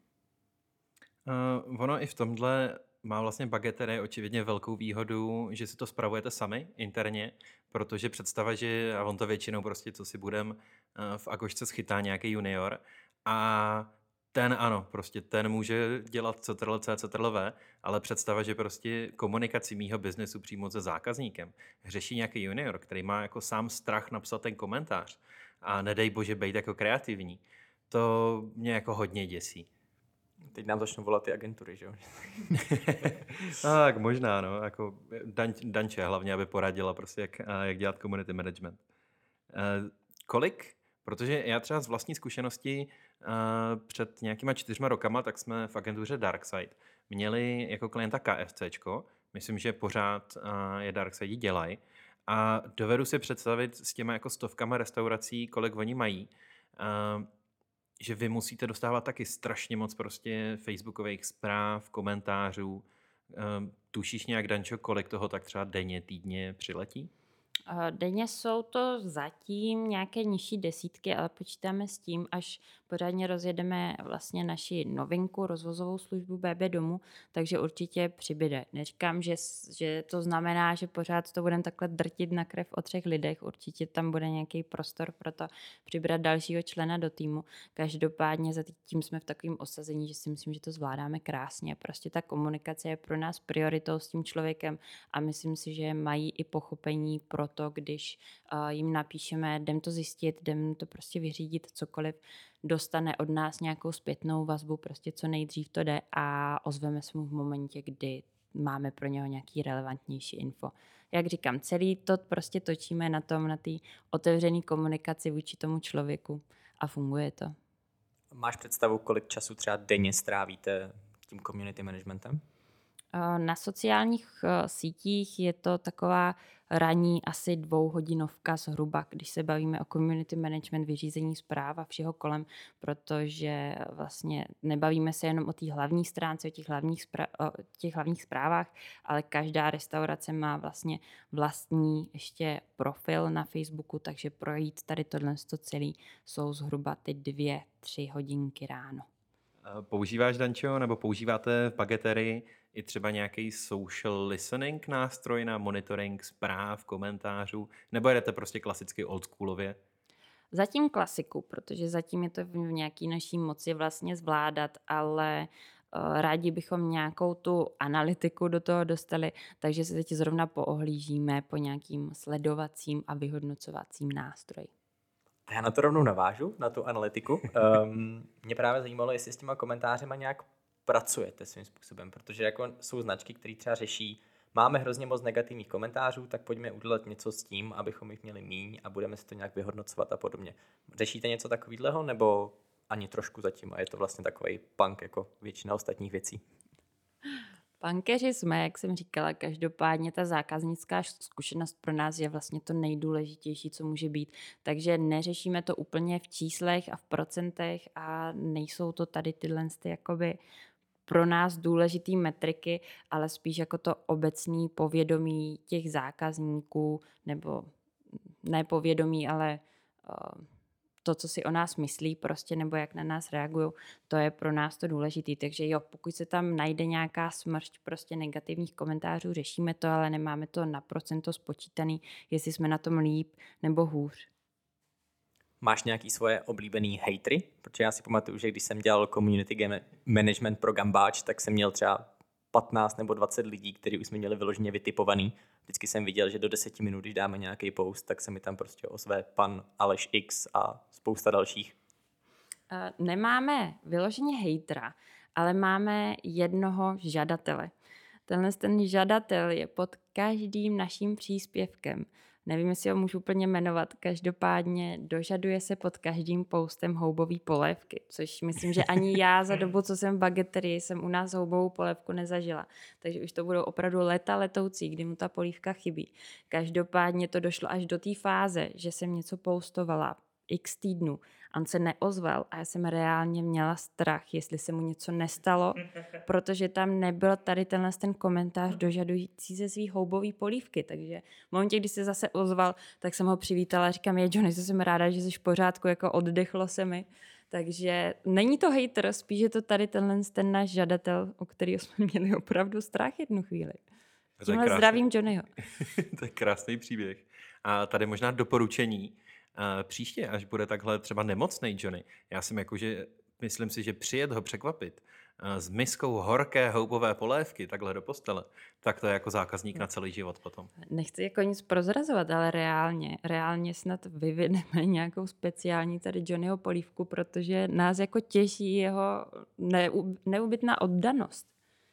Uh, ono i v tomhle má vlastně Bagetery očividně velkou výhodu, že si to spravujete sami interně, protože představa, že, a on to většinou prostě, co si budem, uh, v Agošce schytá nějaký junior a ten ano, prostě ten může dělat ctrl C, ctrl V, ale představa, že prostě komunikaci mýho biznesu přímo se zákazníkem řeší nějaký junior, který má jako sám strach napsat ten komentář a nedej bože být jako kreativní, to mě jako hodně děsí. Teď nám začnou volat ty agentury, že jo? Tak možná, no, jako Dan, Danče hlavně, aby poradila prostě, jak, jak dělat community management. Uh, kolik? Protože já třeba z vlastní zkušenosti uh, před nějakýma čtyřma rokama, tak jsme v agentuře Darkside měli jako klienta KFCčko, myslím, že pořád uh, je Darkside dělají a dovedu si představit s těma jako stovkama restaurací, kolik oni mají, uh, že vy musíte dostávat taky strašně moc prostě facebookových zpráv, komentářů. Tušíš nějak, Dančo, kolik toho tak třeba denně, týdně přiletí? Denně jsou to zatím nějaké nižší desítky, ale počítáme s tím, až pořádně rozjedeme vlastně naši novinku, rozvozovou službu bé bé domu, takže určitě přibyde. Neříkám, že, že to znamená, že pořád to budeme takhle drtit na krev o třech lidech, určitě tam bude nějaký prostor pro to přibrat dalšího člena do týmu. Každopádně zatím jsme v takovém osazení, že si myslím, že to zvládáme krásně. Prostě ta komunikace je pro nás prioritou s tím člověkem a myslím si, že mají i pochopení pro to, když uh, jim napíšeme, jdem to zjistit, jdem to prostě vyřídit, cokoliv, dostane od nás nějakou zpětnou vazbu, prostě co nejdřív to jde a ozveme se mu v momentě, kdy máme pro něho nějaký relevantnější info. Jak říkám, celý to prostě točíme na tom, na té otevřené komunikaci vůči tomu člověku a funguje to. Máš představu, kolik času třeba denně strávíte tím community managementem? Na sociálních sítích je to taková ranní asi dvouhodinovka zhruba, když se bavíme o community management, vyřízení zpráv a všeho kolem, protože vlastně nebavíme se jenom o té hlavní stránce, o těch hlavních, spra- o těch hlavních zprávách, ale každá restaurace má vlastně vlastní ještě profil na Facebooku, takže projít tady tohle celý jsou zhruba ty dvě, tři hodinky ráno. Používáš, Dančo, nebo používáte v Bagetery i třeba nějaký social listening nástroj na monitoring zpráv, komentářů, nebo jedete prostě klasicky oldschoolově? Zatím klasiku, protože zatím je to v nějaký naší moci vlastně zvládat, ale rádi bychom nějakou tu analytiku do toho dostali, takže se teď zrovna poohlížíme po nějakým sledovacím a vyhodnocovacím nástroji. A já na to rovnou navážu, na tu analytiku. Um, mě právě zajímalo, jestli s těma komentářema nějak pracujete svým způsobem, protože jako jsou značky, které třeba řeší, máme hrozně moc negativních komentářů, tak pojďme udělat něco s tím, abychom jich měli míň a budeme si to nějak vyhodnocovat a podobně. Řešíte něco takového, nebo ani trošku zatím a je to vlastně takový punk jako většina ostatních věcí. Punkeři jsme, jak jsem říkala, každopádně ta zákaznická zkušenost pro nás je vlastně to nejdůležitější, co může být. Takže neřešíme to úplně v číslech a v procentech a nejsou to tady tyhle ty jakoby pro nás důležitý metriky, ale spíš jako to obecný povědomí těch zákazníků, nebo ne povědomí, ale uh, to, co si o nás myslí prostě, nebo jak na nás reagují, to je pro nás to důležitý. Takže jo, pokud se tam najde nějaká smršť prostě negativních komentářů, řešíme to, ale nemáme to na procento spočítaný, jestli jsme na tom líp nebo hůř. Máš nějaký svoje oblíbený hejtry? Protože já si pamatuju, že když jsem dělal community game management pro Gambáč, tak jsem měl třeba patnáct nebo dvacet lidí, kteří už jsme měli vyloženě vytipovaný. Vždycky jsem viděl, že do deseti minut, když dáme nějaký post, tak se mi tam prostě ozve pan Aleš X a spousta dalších. Uh, nemáme vyloženě hejtra, ale máme jednoho žadatele. Tenhle ten žadatel je pod každým naším příspěvkem. Nevím, jestli ho můžu úplně jmenovat, každopádně dožaduje se pod každým postem houbový polévky, což myslím, že ani já za dobu, co jsem v Bageterii, jsem u nás houbovou polévku nezažila. Takže už to budou opravdu léta letoucí, kdy mu ta polívka chybí. Každopádně to došlo až do té fáze, že jsem něco postovala x týdnů a on se neozval a já jsem reálně měla strach, jestli se mu něco nestalo, protože tam nebyl tady tenhle ten komentář dožadující ze svý houbový polívky, takže v momentě, kdy se zase ozval, tak jsem ho přivítala a říkám, je Johnny, jsem ráda, že jsi v pořádku, jako oddechlo se mi. Takže není to hejter, spíš je to tady tenhle ten náš žadatel, o kterého jsme měli opravdu strach jednu chvíli. Tímhle zdravím Johnnyho. To je krásný příběh. A tady možná doporučení. Uh, příště, až bude takhle třeba nemocnej Johnny, já si jakože, myslím si, že přijet ho překvapit uh, s miskou horké houbové polévky takhle do postele, tak to je jako zákazník na celý život potom. Nechci jako nic prozrazovat, ale reálně, reálně snad vyvineme nějakou speciální tady Johnnyho polívku, protože nás jako těší jeho neu, neubytná oddanost.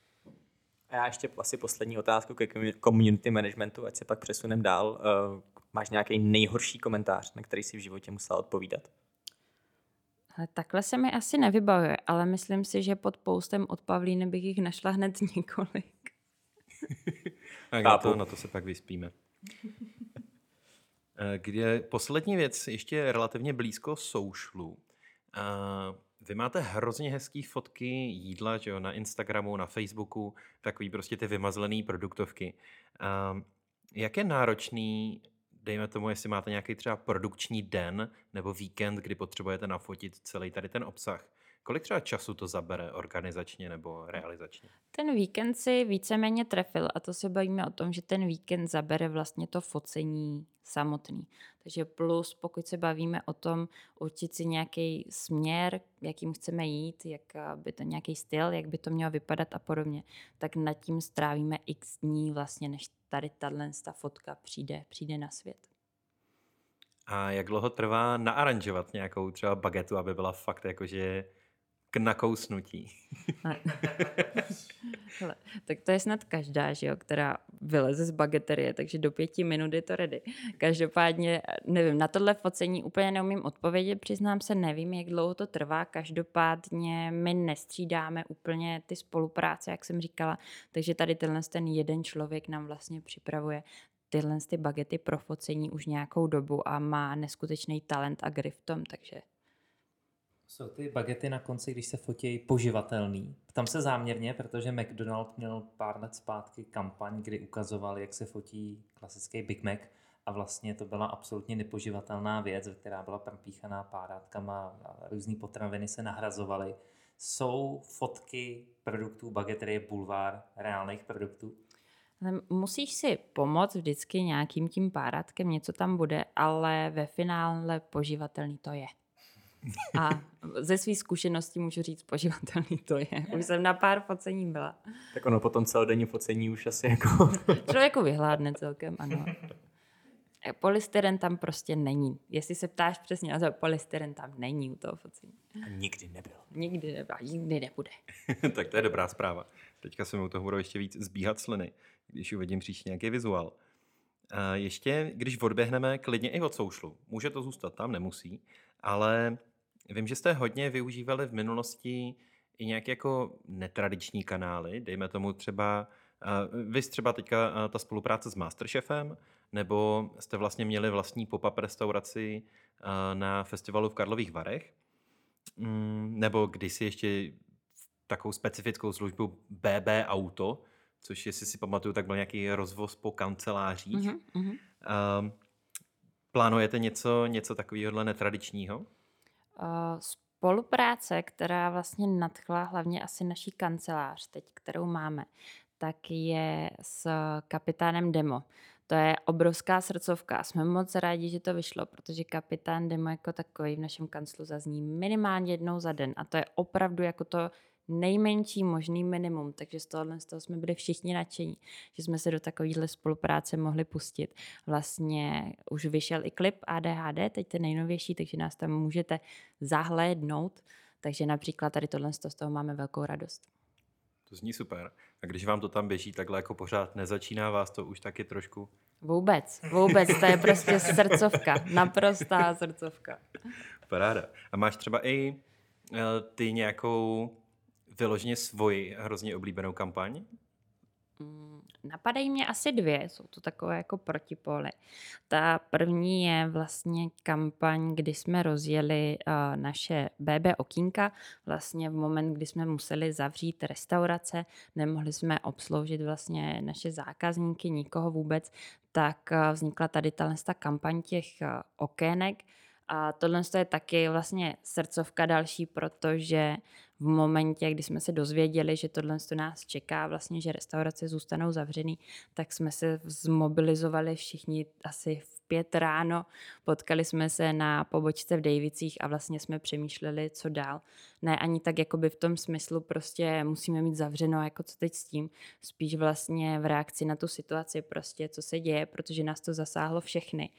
A já ještě asi poslední otázku ke community managementu, ať se pak přesunem dál. Uh, Máš nějaký nejhorší komentář, na který jsi v životě musela odpovídat? Ale takhle se mi asi nevybavuje, ale myslím si, že pod postem od Pavlíny bych jich našla hned několik. Tak na to, na to se pak vyspíme. Kde poslední věc, ještě relativně blízko socialu. Vy máte hrozně hezký fotky jídla, že jo, na Instagramu, na Facebooku, takový prostě ty vymazlený produktovky. Jak je náročný, dejme tomu, jestli máte nějaký třeba produkční den nebo víkend, kdy potřebujete nafotit celý tady ten obsah. Kolik třeba času to zabere organizačně nebo realizačně? Ten víkend si víceméně trefil a to se bavíme o tom, že ten víkend zabere vlastně to focení samotný. Takže plus, pokud se bavíme o tom určit si nějaký směr, jakým chceme jít, jak by to nějaký styl, jak by to mělo vypadat a podobně, tak nad tím strávíme x dní vlastně, než tady tato fotka přijde, přijde na svět. A jak dlouho trvá naaranžovat nějakou třeba bagetu, aby byla fakt jakože k nakousnutí? Hele, tak to je snad každá, že jo, která vyleze z bageterie, takže do pěti minut je to ready. Každopádně, nevím, na tohle focení úplně neumím odpovědět, přiznám se, nevím, jak dlouho to trvá, každopádně my nestřídáme úplně ty spolupráce, jak jsem říkala, takže tady tenhle ten jeden člověk nám vlastně připravuje tyhle ty bagety pro focení už nějakou dobu a má neskutečný talent a grif v tom, takže... Jsou ty bagety na konci, když se fotí, poživatelný. Tam se záměrně, protože McDonald měl pár let zpátky kampaň, kdy ukazoval, jak se fotí klasický Big Mac a vlastně to byla absolutně nepoživatelná věc, která byla propíchaná párátkama a různý potraviny se nahrazovaly. Jsou fotky produktů Bageterie Bulvár reálných produktů? Musíš si pomoct vždycky nějakým tím párátkem, něco tam bude, ale ve finále poživatelný to je. A ze svých zkušeností můžu říct, poživatelný to je. Už jsem na pár focení byla. Tak ono potom celodenní focení už asi jako... Člověku vyhládne celkem, ano. Polystyren tam prostě není. Jestli se ptáš přesně, ale polystyren tam není u toho focení. A nikdy nebyl. Nikdy nebyl, nikdy nebude. Tak to je dobrá zpráva. Teďka se mi u toho budou ještě víc zbíhat sliny, když uvidím příště nějaký vizuál. A ještě, když odběhneme klidně i od socialu, může to zůstat tam, nemusí, ale Vím, že jste hodně využívali v minulosti i nějaké jako netradiční kanály, dejme tomu třeba, uh, vy třeba teďka uh, ta spolupráce s Masterchefem, nebo jste vlastně měli vlastní pop-up restauraci uh, na festivalu v Karlových Varech, mm, nebo kdysi ještě takovou specifickou službu bé bé Auto, což jestli si pamatuju, tak byl nějaký rozvoz po kancelářích. Mm-hmm. Um, plánujete něco, něco takového netradičního? Uh, spolupráce, která vlastně nadchla hlavně asi naší kancelář teď, kterou máme, tak je s kapitánem Demo. To je obrovská srdcovka. Jsme moc rádi, že to vyšlo, protože kapitán Demo jako takový v našem kanclu zazní minimálně jednou za den a to je opravdu jako to nejmenší možný minimum, takže z tohohle z toho jsme byli všichni nadšení, že jsme se do takovéhle spolupráce mohli pustit. Vlastně už vyšel i klip A D H D, teď ten nejnovější, takže nás tam můžete zahlédnout, takže například tady tohle z toho máme velkou radost. To zní super. A když vám to tam běží takhle jako pořád, nezačíná vás to už taky trošku? Vůbec, vůbec, to je prostě srdcovka, naprostá srdcovka. Paráda. A máš třeba i uh, ty nějakou vyloženě svoji hrozně oblíbenou kampaň? Mm, Napadají mě asi dvě, jsou to takové jako protipóly. Ta první je vlastně kampaň, kdy jsme rozjeli uh, naše bé bé okýnka, vlastně v moment, kdy jsme museli zavřít restaurace, nemohli jsme obsloužit vlastně naše zákazníky, nikoho vůbec, tak uh, vznikla tady ta kampaň těch uh, okének. A tohle je taky vlastně srdcovka další, protože v momentě, kdy jsme se dozvěděli, že tohle nás čeká, vlastně, že restaurace zůstanou zavřený, tak jsme se zmobilizovali všichni asi v pět ráno, potkali jsme se na pobočce v Dejvicích a vlastně jsme přemýšleli, co dál. Ne ani tak jakoby v tom smyslu prostě musíme mít zavřeno, jako co teď s tím, spíš vlastně v reakci na tu situaci prostě, co se děje, protože nás to zasáhlo všechny.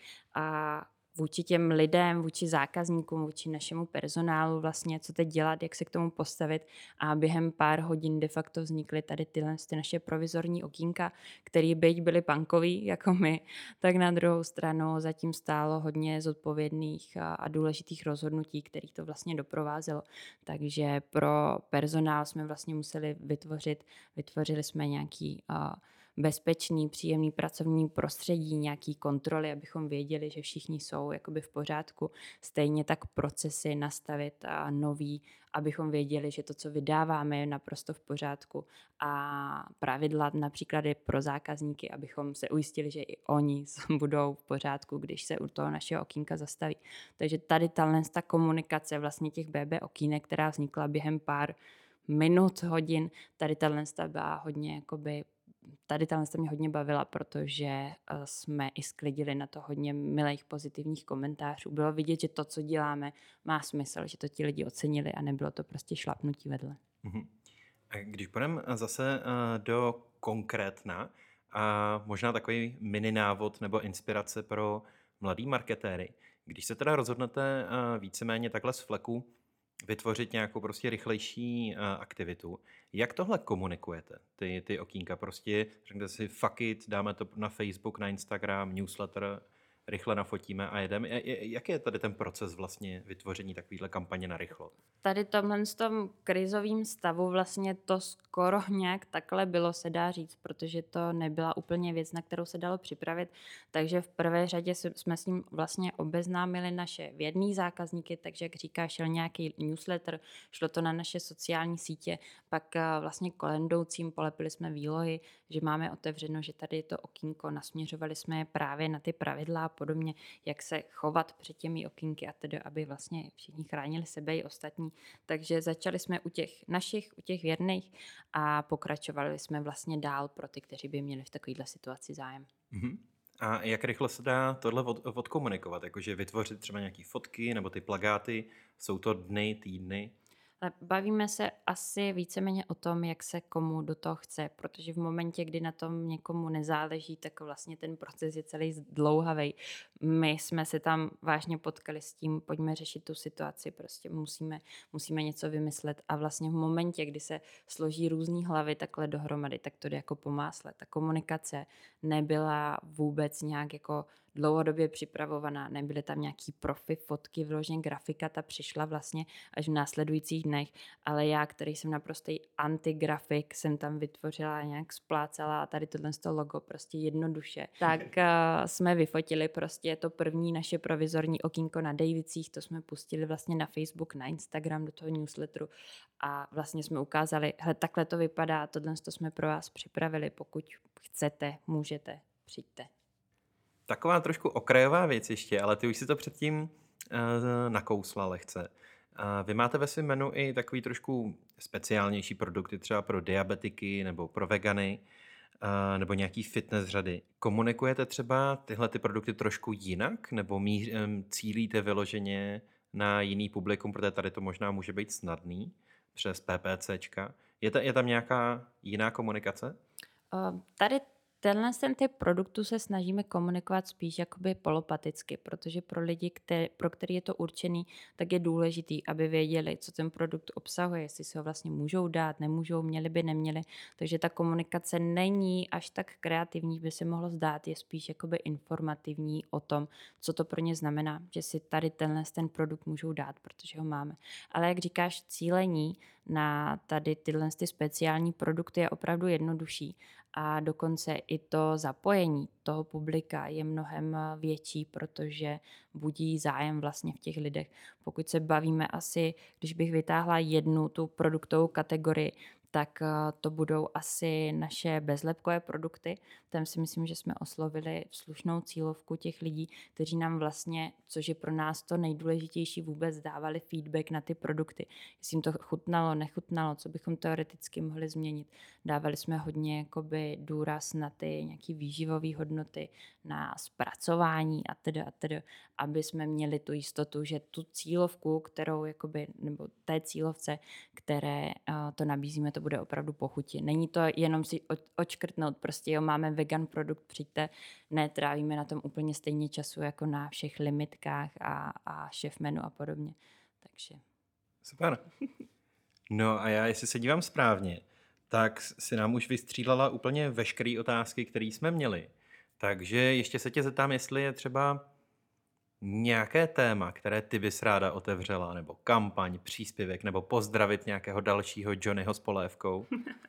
A vůči těm lidem, vůči zákazníkům, vůči našemu personálu vlastně, co teď dělat, jak se k tomu postavit a během pár hodin de facto vznikly tady tyhle ty naše provizorní okýnka, které byť byly punkový, jako my, tak na druhou stranu zatím stálo hodně zodpovědných a, a důležitých rozhodnutí, kterých to vlastně doprovázelo. Takže pro personál jsme vlastně museli vytvořit, vytvořili jsme nějaký uh, bezpečný, příjemný pracovní prostředí, nějaký kontroly, abychom věděli, že všichni jsou jakoby v pořádku. Stejně tak procesy nastavit a nový, abychom věděli, že to, co vydáváme, je naprosto v pořádku. A pravidla například je pro zákazníky, abychom se ujistili, že i oni budou v pořádku, když se u toho našeho okýnka zastaví. Takže tady tahle ta komunikace vlastně těch bé bé okýnek, která vznikla během pár minut, hodin, tady tahle byla hodně jakoby Tady tahle mě hodně bavila, protože jsme i sklidili na to hodně milých pozitivních komentářů. Bylo vidět, že to, co děláme, má smysl, že to ti lidi ocenili a nebylo to prostě šlapnutí vedle. Mhm. A když půjdeme zase do konkrétna a možná takový mini návod nebo inspirace pro mladý marketéry, když se teda rozhodnete víceméně takhle z fleku vytvořit nějakou prostě rychlejší uh, aktivitu. Jak tohle komunikujete, ty, ty okýnka? Prostě řeknete si fuck it, dáme to na Facebook, na Instagram, newsletter, rychle nafotíme a jedeme. Jak je tady ten proces vlastně vytvoření takovéhle kampaně na rychlo? Tady tomhle s tom krizovým stavu vlastně to skoro nějak takhle bylo, se dá říct, protože to nebyla úplně věc, na kterou se dalo připravit. Takže v prvé řadě jsme s ním vlastně obeznámili naše věrný zákazníky, takže jak říká, šel nějaký newsletter, šlo to na naše sociální sítě, pak vlastně kolem jdoucím polepili jsme výlohy, že máme otevřeno, že tady je to okýnko, nasměřovali jsme je právě na ty pravidla a podobně, jak se chovat před těmi okýnky a tedy, aby vlastně všichni chránili sebe i ostatní. Takže začali jsme u těch našich, u těch věrných a pokračovali jsme vlastně dál pro ty, kteří by měli v takovéhle situaci zájem. Mm-hmm. A jak rychle se dá tohle od, odkomunikovat? Jakože vytvořit třeba nějaké fotky nebo ty plakáty? Jsou to dny, týdny? Bavíme se asi víceméně o tom, jak se komu do toho chce, protože v momentě, kdy na tom někomu nezáleží, tak vlastně ten proces je celý zdlouhavý. My jsme se tam vážně potkali s tím, pojďme řešit tu situaci, prostě musíme, musíme něco vymyslet a vlastně v momentě, kdy se složí různý hlavy takhle dohromady, tak to jde jako po másle. Ta komunikace nebyla vůbec nějak jako dlouhodobě připravovaná, nebyly tam nějaký profi, fotky, vyloženě grafika, ta přišla vlastně až v následujících dnech, ale já, který jsem naprostý antigrafik, jsem tam vytvořila, nějak splácala tady tohle logo prostě jednoduše. Tak uh, jsme vyfotili prostě to první naše provizorní okýnko na Davicích, to jsme pustili vlastně na Facebook, na Instagram, do toho newsletteru a vlastně jsme ukázali, hele, takhle to vypadá, tohle to jsme pro vás připravili, pokud chcete, můžete, přijďte. Taková trošku okrajová věc ještě, ale ty už si to předtím uh, nakousla lehce. Uh, vy máte ve svém menu i takový trošku speciálnější produkty, třeba pro diabetiky nebo pro vegany, uh, nebo nějaký fitness řady. Komunikujete třeba tyhle ty produkty trošku jinak, nebo míř, um, cílíte vyloženě na jiný publikum, protože tady to možná může být snadný přes PPCčka. Je, ta, je tam nějaká jiná komunikace? Uh, tady tenhle ten typ produktu se snažíme komunikovat spíš jakoby polopaticky, protože pro lidi, který, pro který je to určený, tak je důležitý, aby věděli, co ten produkt obsahuje, jestli si ho vlastně můžou dát, nemůžou, měli by, neměli. Takže ta komunikace není až tak kreativní, by se mohlo zdát, je spíš jakoby informativní o tom, co to pro ně znamená, že si tady tenhle ten produkt můžou dát, protože ho máme. Ale jak říkáš, cílení na tady tyhle ty speciální produkty je opravdu jednodušší. A dokonce i to zapojení toho publika je mnohem větší, protože budí zájem vlastně v těch lidech. Pokud se bavíme asi, když bych vytáhla jednu tu produktovou kategorii, tak to budou asi naše bezlepkové produkty. Tam si myslím, že jsme oslovili slušnou cílovku těch lidí, kteří nám vlastně, což je pro nás to nejdůležitější, vůbec dávali feedback na ty produkty. Jestli jim to chutnalo, nechutnalo, co bychom teoreticky mohli změnit. Dávali jsme hodně jakoby důraz na ty nějaký výživové hodnoty, na zpracování a tedy a tedy, aby jsme měli tu jistotu, že tu cílovku, kterou jakoby, nebo té cílovce, které uh, to nabízíme, to bude opravdu po chuti. Není to jenom si očkrtnout, prostě jo, máme vegan produkt, přijďte, ne, trávíme na tom úplně stejně času jako na všech limitkách a, a šef menu a podobně. Takže. Super. No a já, jestli se dívám správně, tak si nám už vystřílala úplně veškeré otázky, které jsme měli. Takže ještě se tě zeptám, jestli je třeba nějaké téma, které ty bys ráda otevřela, nebo kampaň, příspěvek, nebo pozdravit nějakého dalšího Johnnyho s polévkou?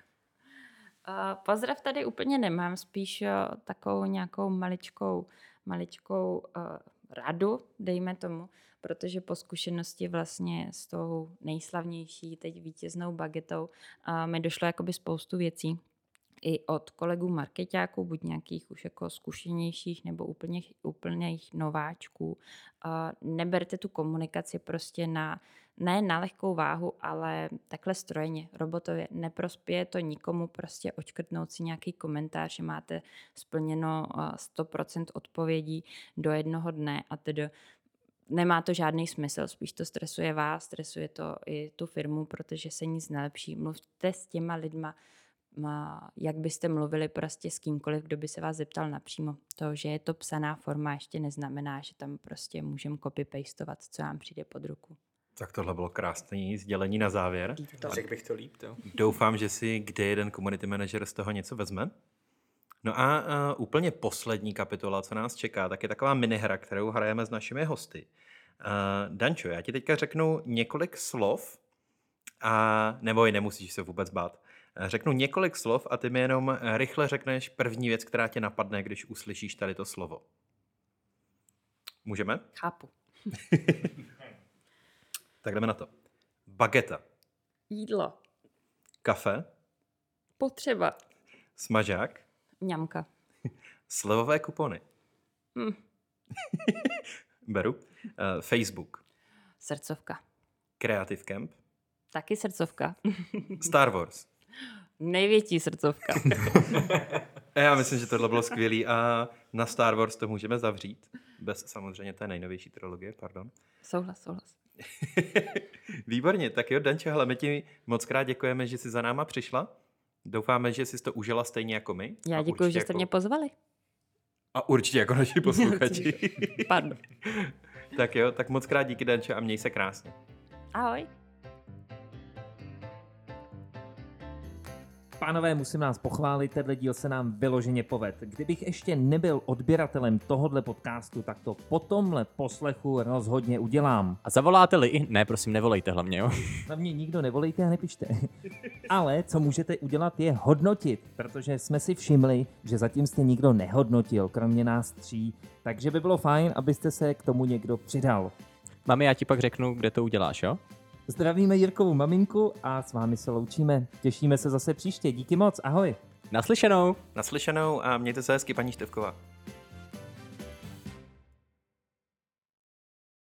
Pozdrav tady úplně nemám, spíš takovou nějakou maličkou, maličkou uh, radu, dejme tomu, protože po zkušenosti vlastně s tou nejslavnější, teď vítěznou bagetou, uh, mi došlo jakoby spoustu věcí i od kolegů markeťáků, buď nějakých už jako zkušenějších nebo úplně, úplně nováčků. Uh, neberte tu komunikaci prostě na, ne na lehkou váhu, ale takhle strojně, robotově. Neprospěje to nikomu prostě očkrtnout si nějaký komentář, že máte splněno uh, sto procent odpovědí do jednoho dne a tedy nemá to žádný smysl, spíš to stresuje vás, stresuje to i tu firmu, protože se nic nelepší. Mluvte s těma lidma, jak byste mluvili prostě s kýmkoliv, kdo by se vás zeptal napřímo. To, že je to psaná forma, ještě neznamená, že tam prostě můžeme copy-pastovat, co nám přijde pod ruku. Tak tohle bylo krásné sdělení na závěr. Řekl bych to líp, to. Doufám, že si kde jeden community manager z toho něco vezme. No a uh, úplně poslední kapitola, co nás čeká, tak je taková minihra, kterou hrajeme s našimi hosty. Uh, Dančo, já ti teďka řeknu několik slov, a neboj, nemusíš se vůbec bát. Řeknu několik slov a ty mi jenom rychle řekneš první věc, která tě napadne, když uslyšíš tady to slovo. Můžeme? Chápu. Tak jdeme na to. Bageta. Jídlo. Kafe. Potřeba. Smažák. Ňamka. Slevové kupony. Hm. Beru. Uh, Facebook. Srdcovka. Creative Camp. Taky srdcovka. Star Wars. Největší srdcovka. Já myslím, že tohle bylo skvělý a na Star Wars to můžeme zavřít. Bez samozřejmě té nejnovější trilogie, pardon. Souhlas, souhlas. Výborně, tak jo, Danče, hele, my ti moc krát děkujeme, že jsi za náma přišla. Doufáme, že jsi to užila stejně jako my. Já děkuji, že jste jako... mě pozvali. A určitě jako naši posluchači. Pardon. Tak jo, tak moc krát díky, Danče, a měj se krásně. Ahoj. Pánové, musím nás pochválit, tenhle díl se nám vyloženě poved. Kdybych ještě nebyl odběratelem tohohle podcastu, tak to po tomhle poslechu rozhodně udělám. A zavoláte-li i... Ne, prosím, nevolejte hlavně, jo. Hlavně nikdo nevolejte a nepište. Ale co můžete udělat je hodnotit, protože jsme si všimli, že zatím jste nikdo nehodnotil, kromě nás tří, takže by bylo fajn, abyste se k tomu někdo přidal. Mami, já ti pak řeknu, kde to uděláš, jo? Zdravíme Jirkovu maminku a s vámi se loučíme. Těšíme se zase příště. Díky moc, ahoj. Naslyšenou! Naslyšenou a mějte se hezky, paní Števková.